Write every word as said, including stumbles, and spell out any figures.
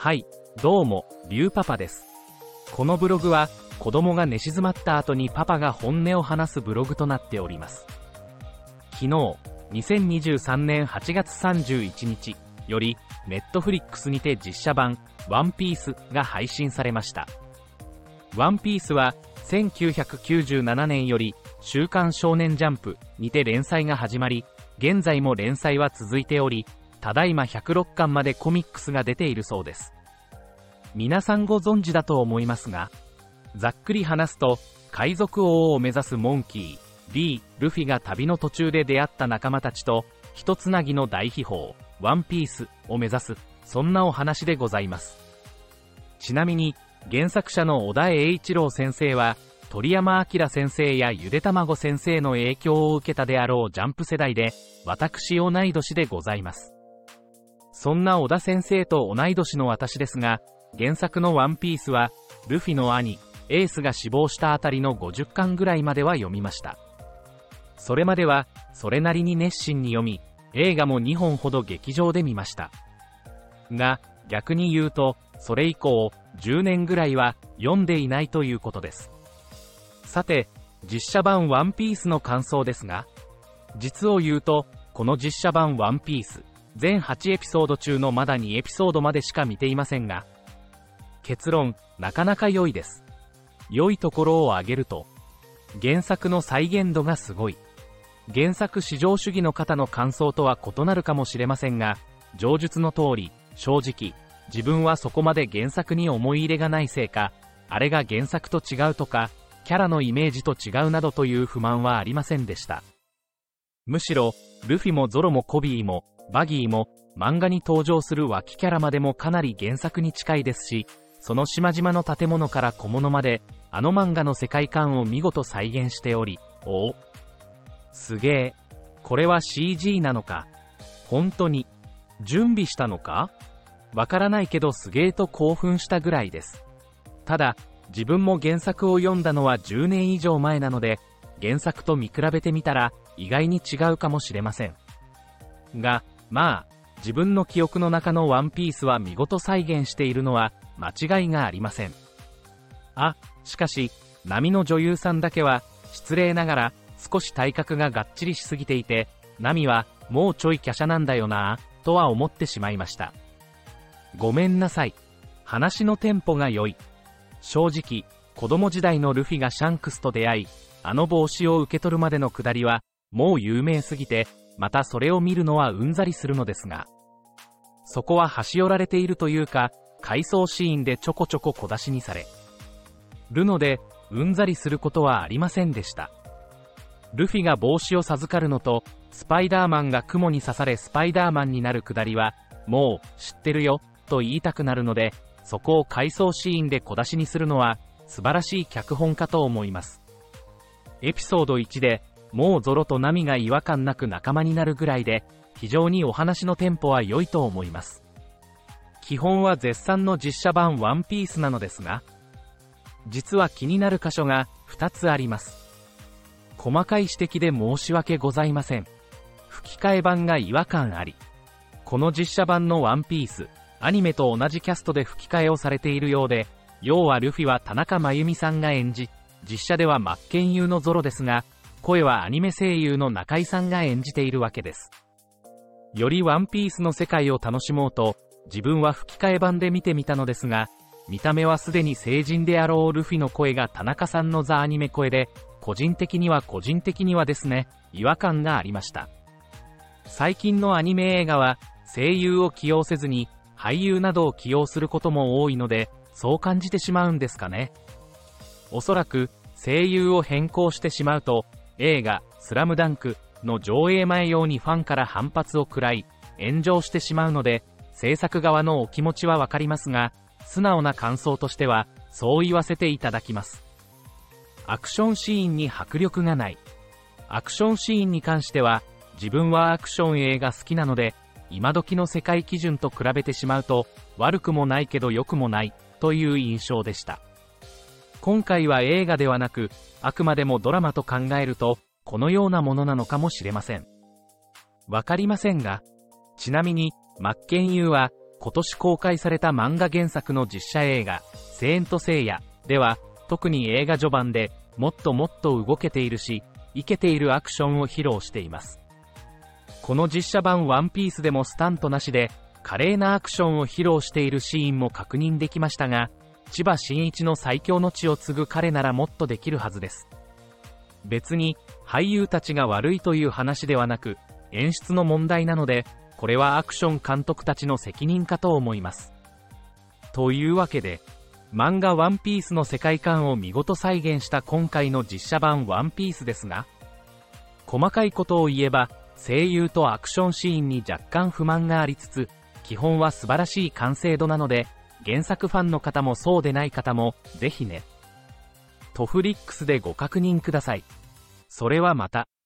はい、どうも、リュウパパです。このブログは、子供が寝静まった後にパパが本音を話すブログとなっております。昨日、にせんにじゅうさんねんはちがつさんじゅういちにちより、ネットフリックスにて実写版、ワンピースが配信されました。ワンピースは、せんきゅうひゃくきゅうじゅうななねんより、週刊少年ジャンプにて連載が始まり、現在も連載は続いており、ただいまひゃくろっかんまでコミックスが出ているそうです。皆さんご存知だと思いますが、ざっくり話すと、海賊王を目指すモンキー、リー、ルフィが旅の途中で出会った仲間たちと、一つなぎの大秘宝、ワンピースを目指す、そんなお話でございます。ちなみに、原作者の尾田栄一郎先生は、鳥山明先生やゆでたまご先生の影響を受けたであろうジャンプ世代で、私同い年でございます。そんな尾田先生と同い年の私ですが、原作のワンピースは、ルフィの兄、エースが死亡したあたりのごじゅっかんぐらいまでは読みました。それまでは、それなりに熱心に読み、映画もにほんほど劇場で見ました。が、逆に言うと、それ以降、じゅうねんぐらいは読んでいないということです。さて、実写版ワンピースの感想ですが、実を言うと、この実写版ワンピース、全はちエピソード中のまだにエピソードまでしか見ていませんが、結論、なかなか良いです。良いところを挙げると、原作の再現度がすごい。原作至上主義の方の感想とは異なるかもしれませんが、上述の通り、正直、自分はそこまで原作に思い入れがないせいか、あれが原作と違うとか、キャラのイメージと違うなどという不満はありませんでした。むしろ、ルフィもゾロもコビーも、バギーも、漫画に登場する脇キャラまでもかなり原作に近いですし、その島々の建物から小物まで、あの漫画の世界観を見事再現しており、おお、すげえ、これは シージー なのか、本当に、準備したのか？わからないけどすげえと興奮したぐらいです。ただ、自分も原作を読んだのはじゅうねん以上前なので、原作と見比べてみたら、意外に違うかもしれません。が、まあ、自分の記憶の中のワンピースは見事再現しているのは間違いがありません。あ、しかし、波の女優さんだけは、失礼ながら、少し体格ががっちりしすぎていて、波は、もうちょい華奢なんだよなぁ、とは思ってしまいました。ごめんなさい。話のテンポが良い。正直、子供時代のルフィがシャンクスと出会い、あの帽子を受け取るまでのくだりは、もう有名すぎて、またそれを見るのはうんざりするのですが、そこは端折られているというか、回想シーンでちょこちょこ小出しにされるので、うんざりすることはありませんでした。ルフィが帽子を授かるのと、スパイダーマンが雲に刺されスパイダーマンになるくだりは、もう知ってるよと言いたくなるので、そこを回想シーンで小出しにするのは素晴らしい脚本かと思います。エピソードいちでもうゾロとナミが違和感なく仲間になるぐらいで、非常にお話のテンポは良いと思います。基本は絶賛の実写版ワンピースなのですが、実は気になる箇所がふたつあります。細かい指摘で申し訳ございません。吹き替え版が違和感あり、この実写版のワンピース、アニメと同じキャストで吹き替えをされているようで、要はルフィは田中真由美さんが演じ、実写では真剣佑のゾロですが、声はアニメ声優の中井さんが演じているわけです。よりワンピースの世界を楽しもうと、自分は吹き替え版で見てみたのですが、見た目はすでに成人であろうルフィの声が田中さんのザ・アニメ声で、個人的には個人的にはですね、違和感がありました。最近のアニメ映画は、声優を起用せずに、俳優などを起用することも多いので、そう感じてしまうんですかね。おそらく、声優を変更してしまうと、映画、スラムダンクの上映前用にファンから反発を食らい、炎上してしまうので、制作側のお気持ちはわかりますが、素直な感想としては、そう言わせていただきます。アクションシーンに迫力がない。アクションシーンに関しては、自分はアクション映画好きなので、今時の世界基準と比べてしまうと、悪くもないけど良くもない、という印象でした。今回は映画ではなく、あくまでもドラマと考えると、このようなものなのかもしれません。わかりませんが、ちなみに、真剣佑は、 今年公開された漫画原作の実写映画、聖闘士星矢では、特に映画序盤でもっともっと動けているし、イケているアクションを披露しています。この実写版ワンピースでもスタントなしで、華麗なアクションを披露しているシーンも確認できましたが、千葉真一の最強の地を継ぐ彼ならもっとできるはずです。別に、俳優たちが悪いという話ではなく、演出の問題なので、これはアクション監督たちの責任かと思います。というわけで、漫画ワンピースの世界観を見事再現した今回の実写版ワンピースですが、細かいことを言えば、声優とアクションシーンに若干不満がありつつ、基本は素晴らしい完成度なので、原作ファンの方もそうでない方も、ぜひね。トフリックスでご確認ください。それはまた。